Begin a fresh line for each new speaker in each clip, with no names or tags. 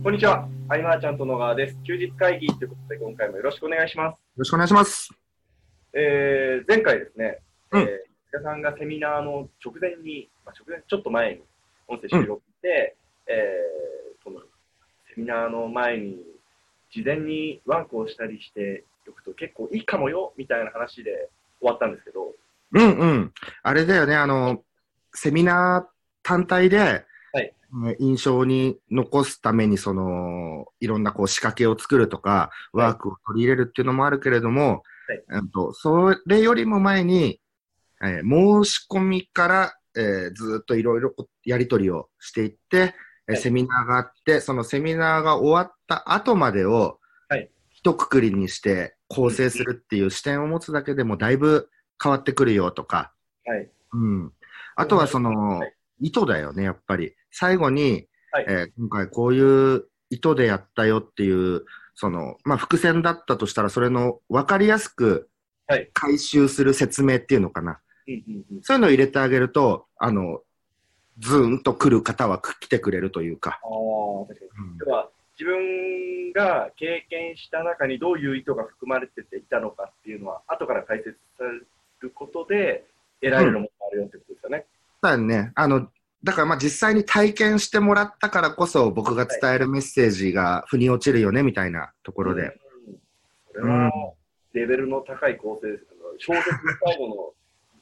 こんにちは。アイマーちゃんと野川です。休日会議ということで、今回もよろしくお願いします。よ
ろしくお願いします。
前回ですね、
うん。
皆さんがセミナーの直前に、ちょっと前に音声収録して、このセミナーの前に事前にワークをしたりしておくと結構いいかもよ、みたいな話で終わったんですけど。
うんうん。あれだよね、セミナー単体で、
はい。
印象に残すために、いろんな仕掛けを作るとか、
はい。
ワークを取り入れるっていうのもあるけれども、
はい。
それよりも前に、申し込みから、ずっといろいろやり取りをしていって、
はい。
セミナーがあって、そのセミナーが終わった後までを、
はい。
一括りにして構
うん。
成するっていう視点を持つだけでもだいぶ変わってくるよとか、
はい。
うん。あとは
なるほど。はい。
意図だよね、やっぱり。最後に、
はい。
今回こういう意図でやったよっていう、伏線だったとしたら、それの分かりやすく
はい。
回収する説明っていうのかな。
うんうんうん。
そういうのを入れてあげると、ズーンと来る方は来てくれるというか。
ああ、確かに。では、自分が経験した中にどういう意図が含まれていたのかっていうのは、後から解説されることで得ら
うん。うん。
れるものがあるよってことですよね。
だね。だから実際に体験してもらったからこそ僕が
はい。
伝えるメッセージが腑に落ちるよねみたいなところで。
それは
うん。
レベルの高い構成です。小説の最後の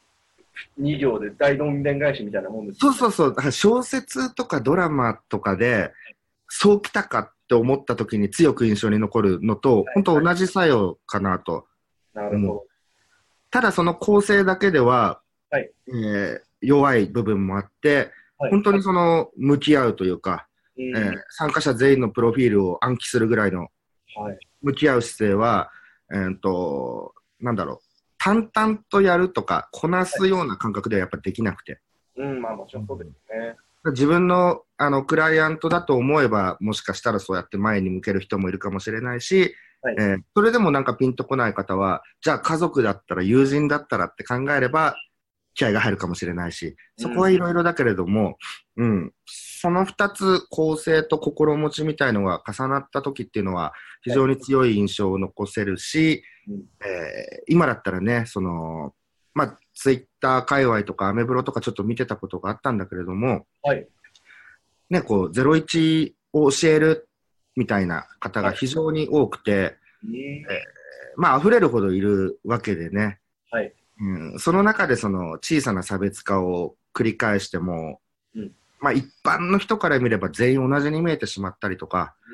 2行で大どんでん返しみたいなもんですもんね。
そうそうそう。だから小説とかドラマとかで、そうきたかって思った時に強く印象に残るのと、本当
はい。
同じ作用かなと思う。
なるほど。
ただその構成だけでは、
はい。
弱い部分もあって、
はい。
本当に向き合うというか、
うん。
参加者全員のプロフィールを暗記するぐらいの
はい。
向き合う姿勢は、なんだろう、淡々とやるとか、こな
はい。
すような感覚ではやっぱできなくて。
うん、まあもちろんそうですね。
自分のクライアントだと思えば、もしかしたらそうやって前に向ける人もいるかもしれないし、
はい。
それでもなんかピンとこない方は、じゃあ家族だったら友人だったらって考えれば、気合が入るかもしれないし、そこは
うん。
いろいろだけれども、うん、その二つ構成と心持ちみたいのが重なった時っていうのは非
はい。
常に強い印象を残せるし、
うん。
今だったらね、ツイッター界隈とかアメブロとかちょっと見てたことがあったんだけれども、
はい。
ね、01を教えるみたいな方
はい。
が非常に多くて、
うん。
溢れるほどいるわけでね、
はい。
その中でその小さな差別化を繰り返しても、
うん。
一般の人から見れば全員同じに見えてしまったりとか、
うん。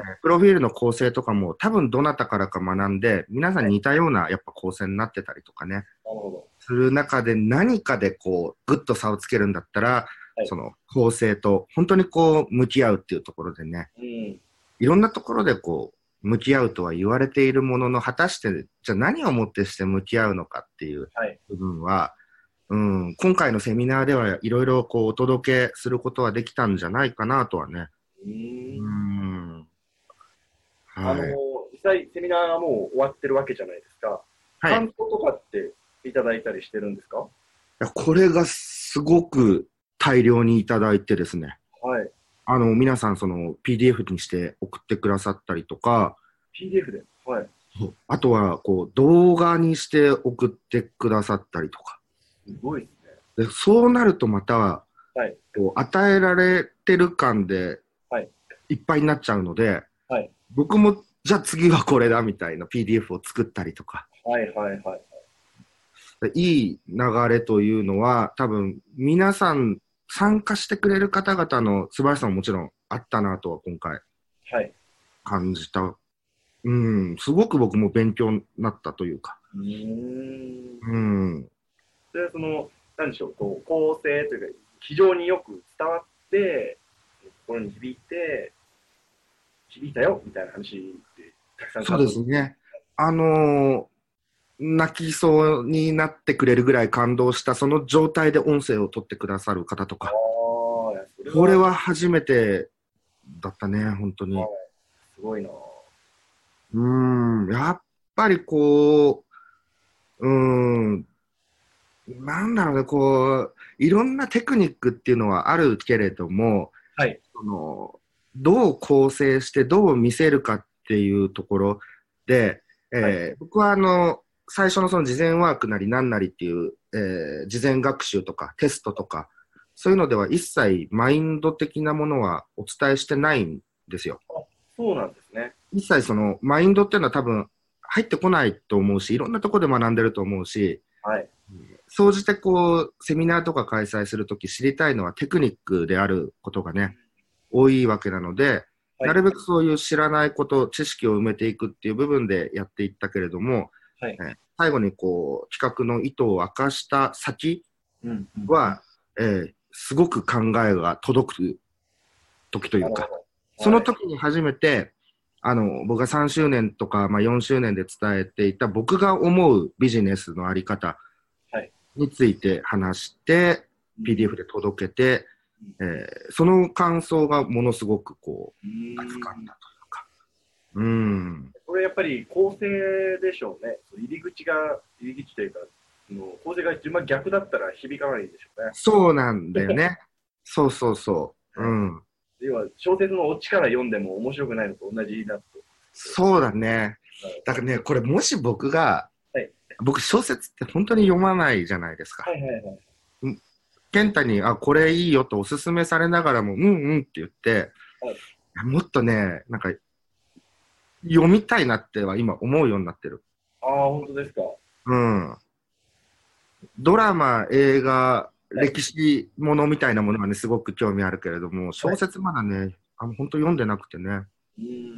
プロフィールの構成とかも多分どなたからか学んで、皆さん
はい。
似たようなやっぱ構成になってたりとかね、
なるほど。
する中で何かでぐっと差をつけるんだったら、
はい。
その構成と本当に向き合うっていうところでね、
うん。
いろんなところで向き合うとは言われているものの、果たして、じゃあ何をもってして向き合うのかっていう
はい。
部分は、今回のセミナーではいろいろお届けすることはできたんじゃないかなとはね。
う
う
ん。
ん。
あの、
はい。
実際セミナーはもう終わってるわけじゃないですか。
はい。
感想とかっていただいたりしてるんですか？
これがすごく大量にいただいてですね。
はい。
皆さんPDF にして送ってくださったりとか、
PDF で。はい。
あとは動画にして送ってくださったりとか。
すごいですね。
で、そうなるとまた、
はい。
与えられてる感で
はい。
いっぱいになっちゃうので、
はい。
僕もじゃあ次はこれだみたいな PDF を作ったりとか、
はい。はい。はい。
いい流れというのは多分皆さん参加してくれる方々の素晴らしさももちろんあったなとは今回
はい。
感じた。うん、すごく僕も勉強になったというか。
うーん。
うん、
それはなんでしょう、構成というか、非常によく伝わって、心に響いたよ、みたいな話で、たくさん
そう
感動。
ですね。あの泣きそうになってくれるぐらい感動したその状態で音声を取ってくださる方とか、
ああ、いやそれは、は
これは初めてだったね、本当に。
い、すごいな。
やっぱりなんだろうね、いろんなテクニックっていうのはあるけれども、
はい。
その、 どう構成してどう見せるかっていうところで、僕は最初のその事前ワークなりなんなりっていう、事前学習とかテストとか、そういうのでは一切マインド的なものはお伝えしてないんですよ。
あ、そうなんですね。
一切そのマインドっていうのは多分入ってこないと思うし、いろんなところで学んでると思うし、
はい。
総じてこう、セミナーとか開催するとき知りたいのはテクニックであることがね、多いわけなので、
はい。
なるべくそういう知らないこと、知識を埋めていくっていう部分でやっていったけれども、
はい。
最後にこう、企画の意図を明かした先
うんうん。
は、すごく考えが届く時というか、
なるほど。
その
はい。
時に初めて、僕が3周年とか、4周年で伝えていた僕が思うビジネスのあり方
はい。
について話して、PDF で届けて、その感想がものすごくこ
う
う、熱かっ
ん。
たというか。うん。
これやっぱり構成でしょうね。入り口というか、構成が順番逆だったら響かないでしょうね。
そうなんだよね。そうそうそう。う
はい。
ん。
要は小説のオチから読んでも面白くないのと同じだと。
そうだね。
はい。
だからね、これもし僕が、
はい。
僕小説って本当に読まないじゃないですか。
はいはいはい。
健太に、これいいよとおすすめされながらも、うんうんって言って、
はい。
もっとね、なんか読みたいなっては今思うようになってる。
ああ、本当ですか。
うん。ドラマ、映画、
はい。
歴史ものみたいなものはね、すごく興味あるけれども、
はい。
小説まだね、本当読んでなくてね。
うん。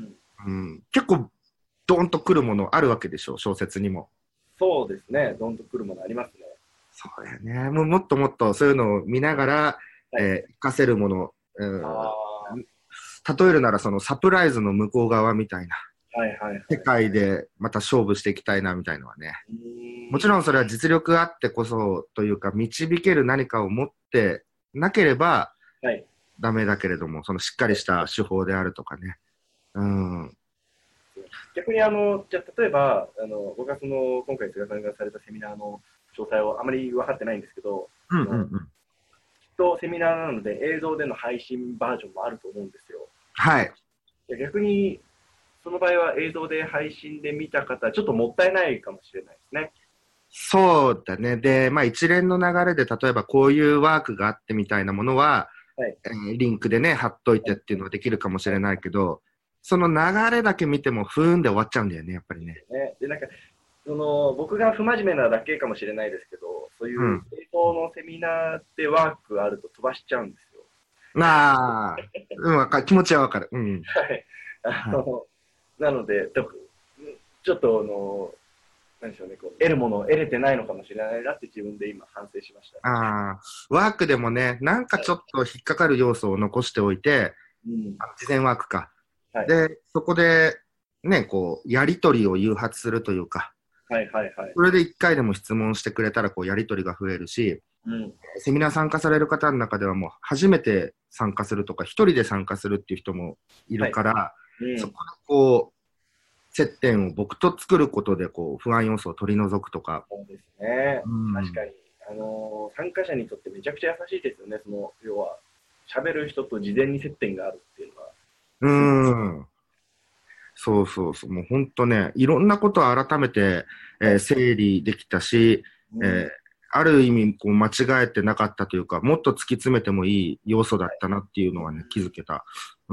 うん。結構、ドーンと来るものあるわけでしょ、小説にも。
そうですね。どんとくるものありますね。
そうだよね。もっともっとそういうのを見ながら、
はい。
活かせるもの、
あ
例えるならそのサプライズの向こう側みたいな、
あ、はいはいはい。
世界でまた勝負していきたいなみたいのはね。
うーん。
もちろんそれは実力あってこそというか、導ける何かを持ってなければ
はい。
ダメだけれども、そのしっかりした手法であるとかね。うん。うん
逆にじゃあ例えば、僕は今回菅さんがされたセミナーの詳細をあまり分かってないんですけど、
うんうん。
きっとセミナーなので映像での配信バージョンもあると思うんですよ。
はい。
逆に、その場合は映像で配信で見た方、ちょっともったいないかもしれないですね。
そうだね。で、一連の流れで、例えばこういうワークがあってみたいなものは、
はい。
リンクでね、貼っとい
はい。
てっていうのはできるかもし
はい。
れないけど、その流れだけ見ても、ふーんで終わっちゃうんだよね、やっぱりね。
ね。で、なんか、僕が不真面目なだけかもしれないですけど、そういう
うん。
映像のセミナーでワークあると飛ばしちゃうんですよ。
うん、気持ちはわかる。うん。
はい。あ
はい。
の、なので、ちょっとなんでしょうね、得るものを得れてないのかもしれないなって自分で今反省しました。
ワークでもね、なんか
はい。
ちょっと引っかかる要素を残しておいて、
うん。
事前ワークか。
はい。
で、そこで、ね、こう、やりとりを誘発するというか、
はいはいはい。
それで一回でも質問してくれたら、こう、やりとりが増えるし、
うん。
セミナー参加される方の中ではもう初めて参加するとか、一人で参加するっていう人もい
はい。
るから、
うん。
そこでこう、接点を僕と作ることで、こう、不安要素を取り除くとか、
そうですね。
うん、
確かに。参加者にとってめちゃくちゃ優しいですよね。要は、喋る人と事前に接点があるっていうのは。
う
すごく。
ん、そうそうそう、もう本当ね、いろんなことを改めて、
はい。
整理できたし、
うん。
ある意味こう間違えてなかったというか、もっと突き詰めてもいい要素だ
はい。
ったなっていうのはね、気づけた。うん。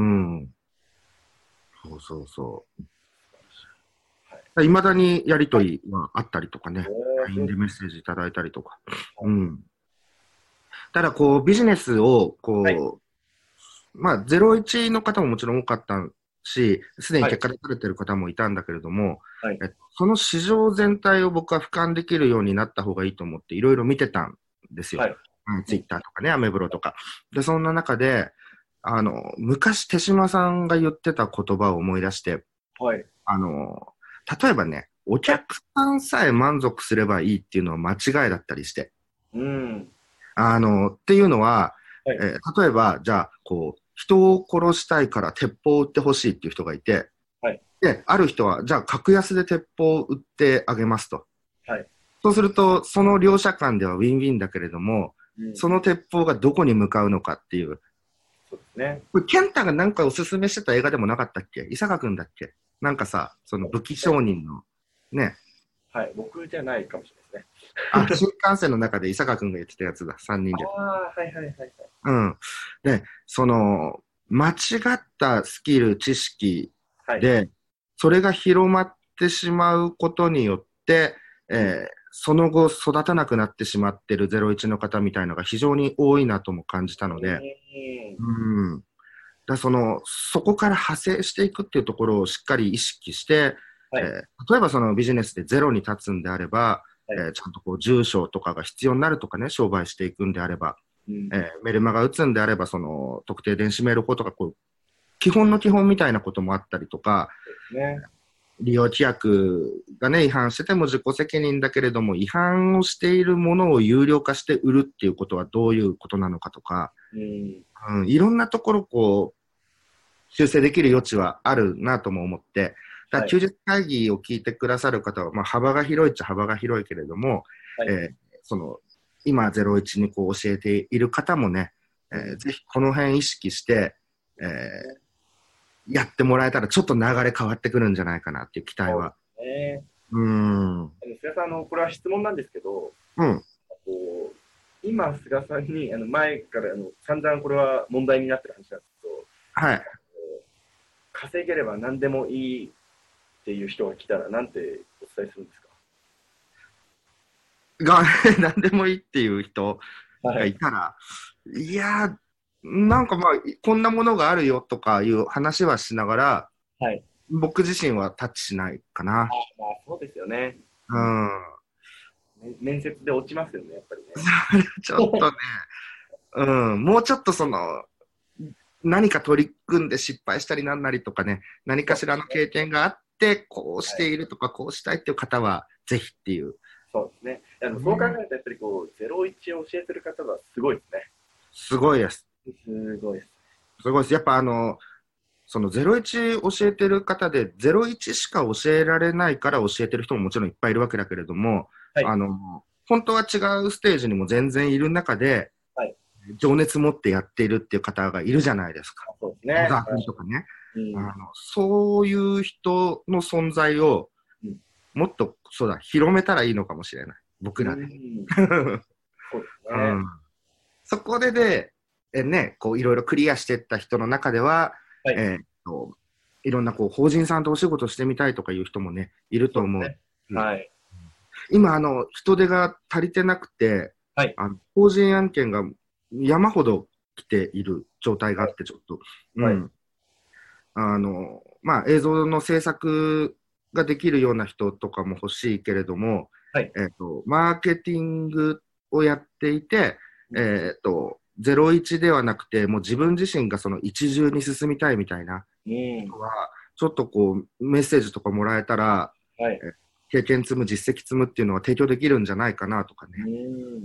そうそうそ
はい。
う。いまだにやりと
はい。
りはあったりとかね、
すご
LINE でメッセージいただいたりとか。
はい。
うん。ただこうビジネスを
はい。
01の方ももちろん多かったし、すでに
はい。
結果出されてる方もいたんだけれども、
はい。
その市場全体を僕は俯瞰できるようになった方がいいと思っていろいろ見てたんですよ。
はい。
ツイッターとかね、アメブロとか。で、そんな中で、昔手島さんが言ってた言葉を思い出して、
はい。
あの、例えばね、お
はい。
客さんさえ満足すればいいっていうのは間違いだったりして、
うん。
っていうのは、
はい。
例えば、じゃあ、こう、人を殺したいから鉄砲を撃ってほしいっていう人がいて、
はい。
で、ある人は、じゃあ、格安で鉄砲を撃ってあげますと。
はい。
そうすると、その両者間ではウィンウィンだけれども、
うん。
その鉄砲がどこに向かうのかっていう。
ね。
これ、健太がなんかおすすめしてた映画でもなかったっけ？伊坂くんだっけ？なんかさ、その武器商人の、ね。
はい、僕じゃないかもしれないですね。
あ、新幹線の中で伊坂くんが言ってたやつだ、3人で。
ああ、はいはいはいはい。
うん。で、その、間違ったスキル、知識
はい。
で、それが広まってしまうことによって、
うん。
その後育たなくなってしまってる01の方みたいのが非常に多いなとも感じたので、うん。その、そこから派生していくっていうところをしっかり意識して、
はい。
例えばそのビジネスでゼロに立つんであれば、
はい。
ちゃんとこう住所とかが必要になるとかね、商売していくんであれば、
うん。
メルマガ打つんであれば、その特定電子メール法とか、こう、基本の基本みたいなこともあったりとか、
ね。
利用規約がね、違反してても自己責任だけれども、違反をしているものを有料化して売るっていうことはどういうことなのかとか、
うん。
いろんなところこう、修正できる余地はあるなとも思って、だ
はい。
休日会議を聞いてくださる方は、まあ、幅が広いっちゃ幅が広いけれども、
はい。
その、今01にこう教えている方もね、
うん。
ぜひこの辺意識して、えやってもらえたらちょっと流れ変わってくるんじゃないかなっていう期待
そうで
は。
すね。
うーん。うん。
菅さん、これは質問なんですけど、こう、今、菅さんに、前から散々これは問題になってる話なんですけど、
はい。
稼げれば何でもいいっていう人が来たら、なんてお伝えするんです
が、何でもいいっていう人が
か？はい。
いたら、いやー、なんかまあ、こんなものがあるよとかいう話はしながら、
はい。
僕自身はタッチしないかな。
まあ、そうですよね。
う
うん。
ん。
面接で落ちますよね、やっぱりね。
ちょっとね、うん、もうちょっとその、何か取り組んで失敗したりなんなりとかね、何かしらの経験があって、こうし
はい。
ているとか、こうしたいっていう方は、ぜひっていう。
そうですね。そう考え
ね、
ると、やっぱり01を教えてる方はすごいですね。
すごいです。
すごいです。
すごいです。やっぱその01教えてる方で、01しか教えられないから教えてる人ももちろんいっぱいいるわけだけれども、
はい。
本当は違うステージにも全然いる中で、
はい。
情熱持ってやっているっていう方がいるじゃないですか。
そうですね。
野沢
は
君とかね。
い。うん。
そういう人の存在を
うん。
もっと、そうだ、広めたらいいのかもしれない。
う
僕らで。
ん。そうですね。
うん、そこで、ね、こういろいろクリアしていった人の中では、
はい。
えーっと、いろんなこう法人さんとお仕事してみたいとかいう人もね、いると思う。
そうですね。はい。
今、人手が足りてなくて、
はい。
法人案件が山ほど来ている状態が
はい。
あって、ちょっと、う
はい。
ん。まあ、映像の制作ができるような人とかも欲しいけれども、
はい。
マーケティングをやっていて、
うん。
01ではなくて、もう自分自身がその一重に進みたいみたいな
うん。
人は、ちょっとこう、メッセージとかもらえたら、
はい。
え経験積む、実績積むっていうのは提供できるんじゃないかなとかね。
うん。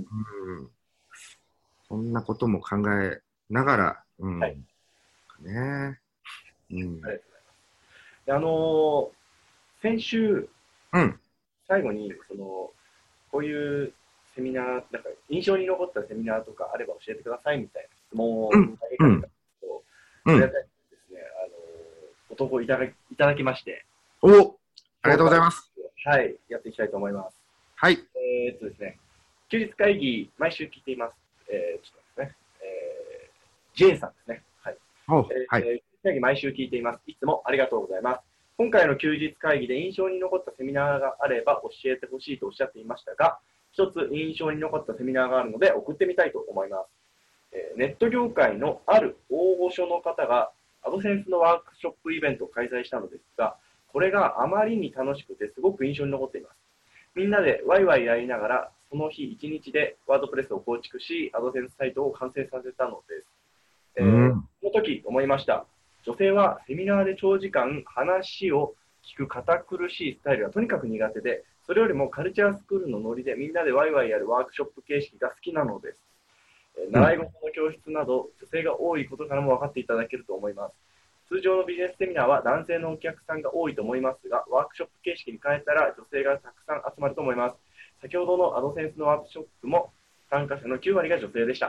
うん、そんなことも考えながら、う
はい。
ん、ね。うん。
ありがとうございます。で先週、
うん。
最後に、こういうセミナー、なんか印象に残ったセミナーとかあれば教えてくださいみたいな質問を
うん。
投げ
うん。
かけたんですけど、
うん。
ありがたいですね、ご投稿いただきまして、
お、ありが
紹介、
とうございます。
はい、やっていきたいと思います。
はい。
ですね、休日会議、毎週聞いています。ちょっとですね、J さんですね。はい。
お、はい。
休日会議、毎週聞いています。いつもありがとうございます。今回の休日会議で印象に残ったセミナーがあれば教えてほしいとおっしゃっていましたが、一つ印象に残ったセミナーがあるので送ってみたいと思います。ネット業界のある大御所の方がアドセンスのワークショップイベントを開催したのですが、これがあまりに楽しくてすごく印象に残っています。みんなでワイワイやりながら、その日一日でワードプレスを構築し、アドセンスサイトを完成させたのです。
うん。
その時思いました。女性はセミナーで長時間話を聞く堅苦しいスタイルがとにかく苦手で、それよりもカルチャースクールのノリでみんなでワイワイやるワークショップ形式が好きなのです。
うん。
習い事の教室など女性が多いことからも分かっていただけると思います。通常のビジネスセミナーは男性のお客さんが多いと思いますが、ワークショップ形式に変えたら女性がたくさん集まると思います。先ほどのアドセンスのワークショップも参加者の9割が女性でした。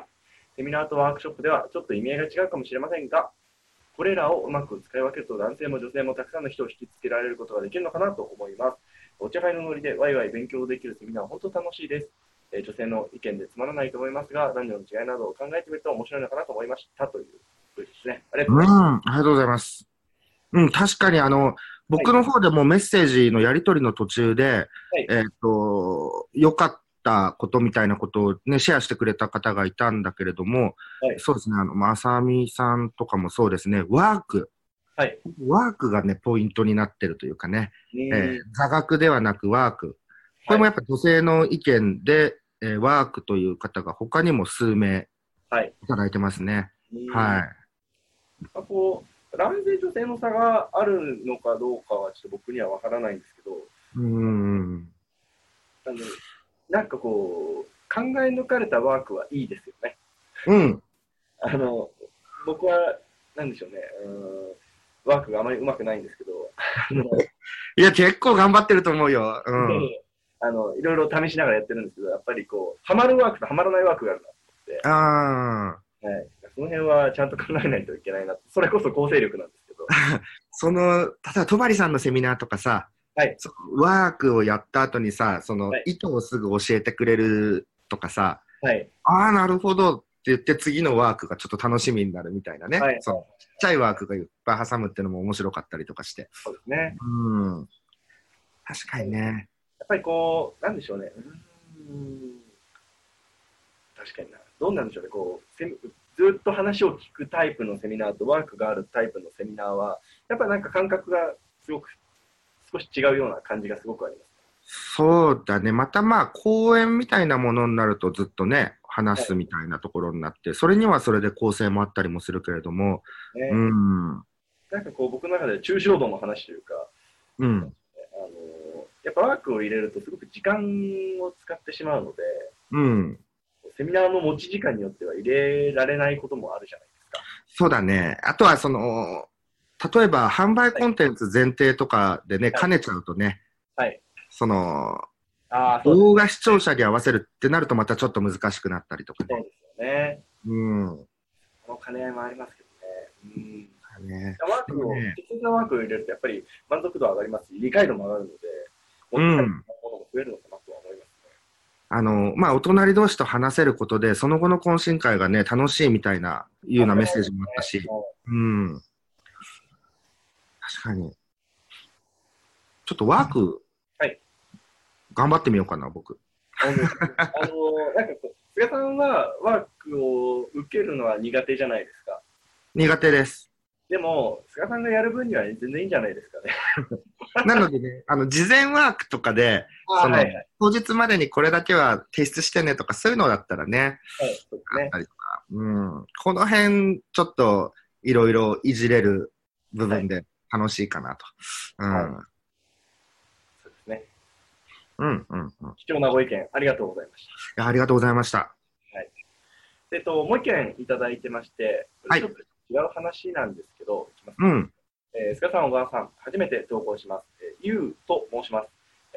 セミナーとワークショップではちょっと意味合いが違うかもしれませんが、これらをうまく使い分けると男性も女性もたくさんの人を引きつけられることができるのかなと思います。お茶会のノリでワイワイ勉強できるセミナーは本当楽しいです。女性の意見でつまらないと思いますが、男女の違いなどを考えてみると面白いのかなと思いましたということですね。ありがとうございます。
ありがとうございます。確かに僕の方でもメッセージのやり取りの途中で、
はい、
良かったことみたいなことをね、シェアしてくれた方がいたんだけれども、
はい、
そうですね、まさみさんとかもそうですね、ワークがね、ポイントになってるというかね、座学ではなくワーク。これもやっぱ女性の意見で、ワークという方が他にも数名いただいてますね。はい。
こう男性女性の差があるのかどうかはちょっと僕にはわからないんですけど、なんかこう考え抜かれたワークはいいですよね。僕はなんでしょうね、ワークがあまりうまくないんですけど、
いや結構頑張ってると思うよ。
いろいろ試しながらやってるんですけど、やっぱりこうハマるワークとハマらないワークがあるなって。はい、その辺はちゃんと考えないといけないな。それこそ構成力なんですけど。
例えば戸張さんのセミナーとかさ、
はい、
ワークをやった後にさ、意図をすぐ教えてくれるとかさ、なるほどって言って次のワークがちょっと楽しみになるみたいなね。ちっちゃいワークがいっぱい挟むっていうのも面白かったりとかして。
そうですね。
確かにね。
やっぱりこう、なんでしょうね。確かにな。どうなんでしょうね。こうずっと話を聞くタイプのセミナーとワークがあるタイプのセミナーは、やっぱなんか感覚がすごく少し違うような感じがすごくあります。
そうだね。また講演みたいなものになるとずっとね、話すみたいなところになって、それにはそれで構成もあったりもするけれども、
なんかこう僕の中で抽象度の話というか、やっぱワークを入れるとすごく時間を使ってしまうので、セミナーの持ち時間によっては入れられないこともあるじゃないですか。
そうだね。あとは例えば販売コンテンツ前提とかでね、兼ねちゃうとね、動画視聴者に合わせるってなるとまたちょっと難しくなったりとかね。
そうですよね。この兼ね合いもありますけどね。適切なワークを入れるとやっぱり満足度上がりますし、理解度も上がるので、ものも増えるのかなとは思いますね。
お隣同士と話せることで、その後の懇親会がね、楽しいみたいな、いうようなメッセージもあったし、確かに。ちょっとワーク、頑張ってみようかな、僕。
なんか菅さんはワークを受けるのは苦手じゃないですか。
苦手です。
でも、菅さんがやる分には全然いいんじゃないですかね。
なのでね、事前ワークとかで、当日までにこれだけは提出してねとか、そういうのだったらね、あったりとか、この辺、ちょっといろいろいじれる部分で楽しいかなと。
そうですね。
貴
重なご意見、ありがとうございました。
ありがとうございました。
もう一件いただいてまして、ちょっと違う話なんですけど、いきます。菅さん、小川さん、初めて投稿します。ゆうと申します。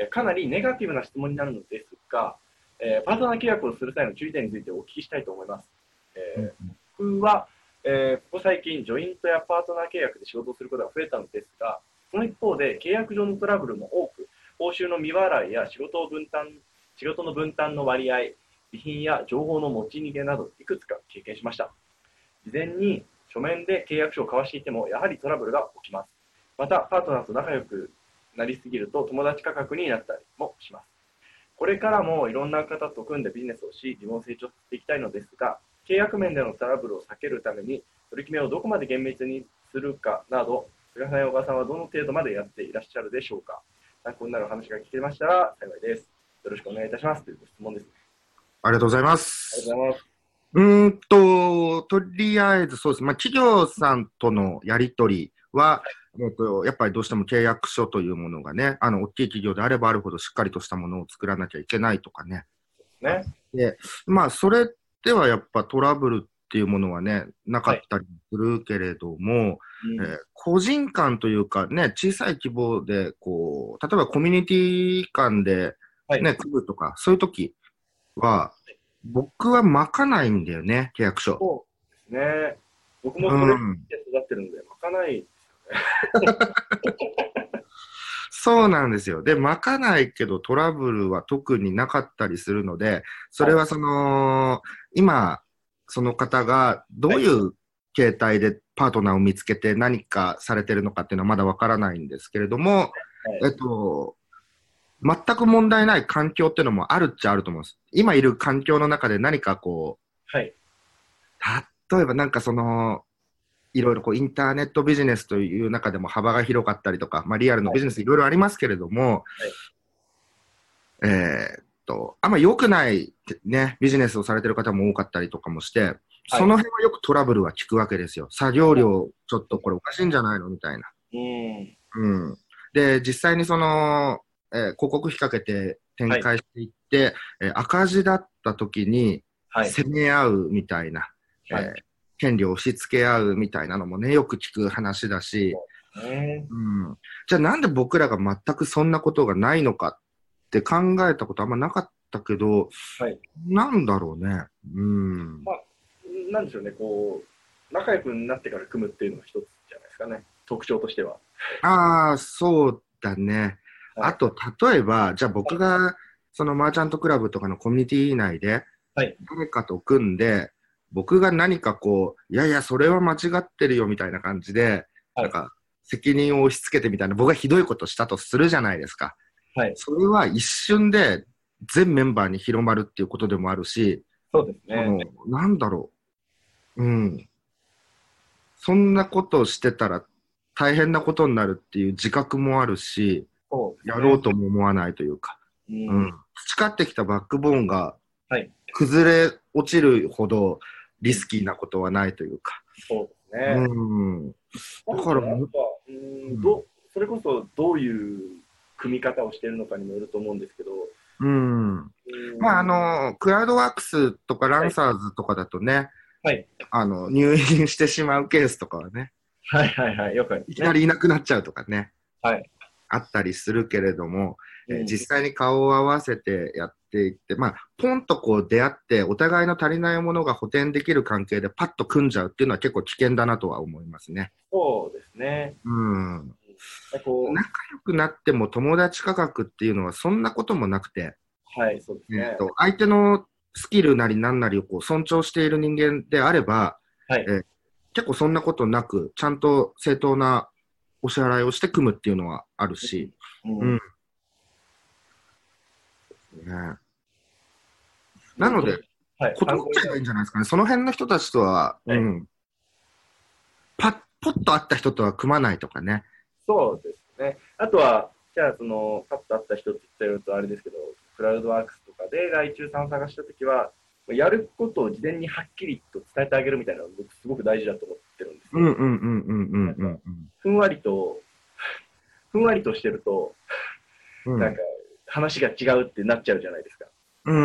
かなりネガティブな質問になるのですが、パートナー契約をする際の注意点についてお聞きしたいと思います。僕は、ここ最近、ジョイントやパートナー契約で仕事をすることが増えたのですが、その一方で契約上のトラブルも多く、報酬の未払いや仕事の分担の割合、備品や情報の持ち逃げなどいくつか経験しました。事前に書面で契約書を交わしていてもやはりトラブルが起きます。またパートナーと仲良くなりすぎると友達価格になったりもします。これからもいろんな方と組んでビジネスをし自分を成長していきたいのですが、契約面でのトラブルを避けるために取り決めをどこまで厳密にするかなど、菅さんや小川さんはどの程度までやっていらっしゃるでしょうか。参考になる話が聞けましたら幸いです。よろしくお願いいたしますという質問ですね。
ありがとうございます。
ありがとうございます。
とりあえずそうです。企業さんとのやり取りは、やっぱりどうしても契約書というものがね、大きい企業であればあるほどしっかりとしたものを作らなきゃいけないとかね。で、それではやっぱトラブルっていうものはね、なかったりするけれども、個人間というかね、小さい規模で、例えばコミュニティ間でね、組むとか、そういう時は、 僕はまかないんだよね、契約書。
そうですね。僕もそれで育ってるんで、まかないですよね。
そうなんですよ。で、まかないけどトラブルは特になかったりするので、それは今、その方がどういう形態でパートナーを見つけて何かされてるのかっていうのはまだわからないんですけれども、
はい。
全く問題ない環境っていうのもあるっちゃあると思うんです。今いる環境の中で何か
はい。
例えばなんかいろいろインターネットビジネスという中でも幅が広かったりとか、まあリアルのビジネスいろいろありますけれども、
はい。
あんま良くないね、ビジネスをされてる方も多かったりとかもして、
はい。
その辺はよくトラブルは聞くわけですよ。作業量、ちょっとこれおかしいんじゃないのみたいな。
うん。
うん。で、実際に広告費かけて展
はい。
開していって、赤字だった時に
はい。
攻め合うみたいな、
はい。
権利を押し付け合うみたいなのもね、よく聞く話だし、
そうですね。
うん。じゃあなんで僕らが全くそんなことがないのかって考えたことあんまなかったけど、
はい。
なんだろうね。うん。
まあ、なんでしょうね、仲良くなってから組むっていうのが一つじゃないですかね。特徴としては。
ああ、そうだね。
はい。
あと、例えば、じゃあ僕が、そのマーチャントクラブとかのコミュニティ内で、
はい。
誰かと組んで、僕が何かいやいや、それは間違ってるよみたいな感じで、
はい。
なんか、責任を押し付けてみたいな、僕がひどいことしたとするじゃないですか。
はい。
それは一瞬で全メンバーに広まるっていうことでもあるし、
そうですね。
なんだろう。うん。そんなことをしてたら大変なことになるっていう自覚もあるし、やろう
そうですね。
とも思わないというか、
うん。
うん。培ってきたバックボーンが
はい。
崩れ落ちるほどリ
うん。
スキーなことはないというか。
そうですね。
うん。だ
なんでしょうね。あ
からも、
とは、
うん。
それこそどういう組み方をしているのかにもよると思うんですけど、
うん。
う
まあ、
ん。
クラウドワークスとかラ
はい。
ンサーズとかだとね、
はい。
入院してしまうケースとかはね、
はい。はい。はい。よくありますね。
いきなりいなくなっちゃうとかね、
はい。
あったりするけれども、
うん。
実際に顔を合わせてやっていって、まあ、ポンと出会って、お互いの足りないものが補填できる関係でパッと組んじゃうっていうのは結構危険だなとは思いますね。
そうですね。
うん。
こ
仲良くなっても友達価格っていうのはそんなこともなくて、
はい、そうですね。
相手のスキルなり何なりを尊重している人間であれば、
はい。
えー結構そんなことなく、ちゃんと正当なお支払いをして組むっていうのはあるし、
うん。
うん。
うん。
ね、な
ど、
ので、
はい。参考になる。
断っちゃえばいいんじゃないですかね。その辺の人たちとは、
はい。
ポッと会った人とは組まないとかね。
そうですね。あとは、じゃあ、パッと会った人って言ったらとあれですけど、クラウドワークスとかで外注さんを探したときは、やることを事前にはっきりと伝えてあげるみたいなのが僕すごく大事だと思ってるんですよ。
うんうんうんうんうん
なんか、
うんうん。
ふんわりと、ふんわりとしてると、なんか、
うん。
話が違うってなっちゃうじゃないですか。
うん。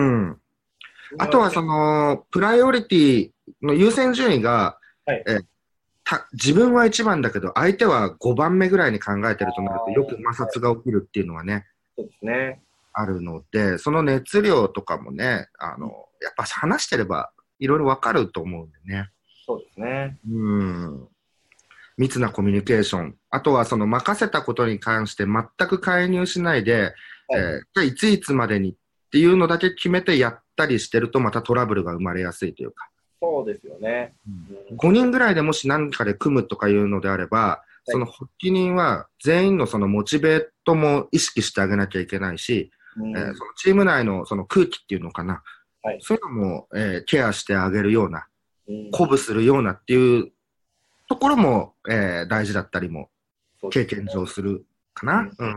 あとは
ふんわり、
プライオリティの優先順位が、
はい。
え、自分は1番だけど、相手は5番目ぐらいに考えてるとなると、よく摩擦が起きるっていうのはね、
そうですね。
あるので、その熱量とかもね、やっぱ話してればいろいろわかると思うんでね。
そうですね。
うん。密なコミュニケーション。あとはその任せたことに関して全く介入しないで、
はい。
じゃあいついつまでにっていうのだけ決めてやったりしてるとまたトラブルが生まれやすいというか。
そうですよね。うん、
5人ぐらいでもし何かで組むとかいうのであれば、
はい。
その発起人は全員のそのモチベートも意識してあげなきゃいけないし、
うん、
そのチーム内のその空気っていうのかな。
はい。
そういうのも、ケアしてあげるような、
うん、
鼓舞するようなっていうところも、大事だったりも経験
そうですね。
上するかな。
うん。
うん。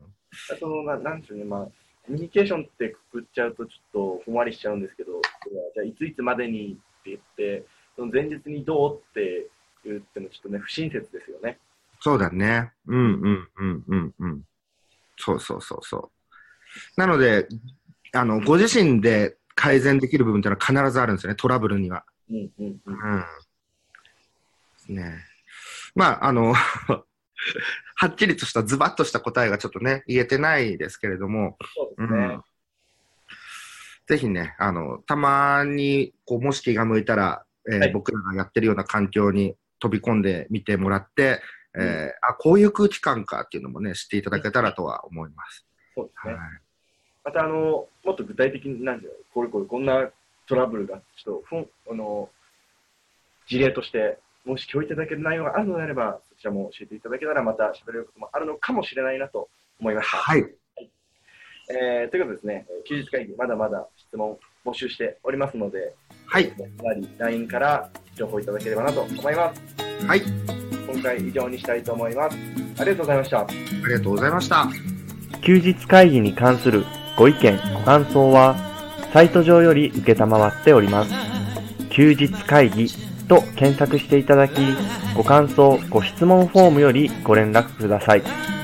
なんでしょうね、まあ、コミュニケーションってくくっちゃうとちょっとふんわりしちゃうんですけど、じゃあいついつまでにって言って、その前日にどうって言ってもちょっとね、不親切ですよね。
そうだね。う
うん。
んうんうんうんうん。そうそうそうそう。なので、ご自身で
はい。
改善できる部分っていうのは必ずあるんですよね、トラブルには。
うん、うん、うん。
うん。ね。まあ、はっきりとしたズバッとした答えがちょっとね、言えてないですけれども、
そうですね。
うん。 ぜひね、たまに、もし気が向いたら、
はい、
僕らがやってるような環境に飛び込んでみてもらって、こういう空気感かっていうのもね、知っていただけたらとは思います。
そうですね。
はい。
また、もっと具体的になんで、こんなトラブルが、ちょっと、事例として、もし共有いただける内容があるのであれば、そちらも教えていただけたら、また喋れることもあるのかもしれないなと思いました。
はい。
ということですね、休日会議、まだまだ質問募集しておりますので、
はい。
LINE から情報いただければなと思います。
はい。
今回以上にしたいと思います。ありがとうございました。
ありがとうございました。
休日会議に関するご意見、ご感想は、サイト上より受けたまわっております。休日会議と検索していただき、ご感想、ご質問フォームよりご連絡ください。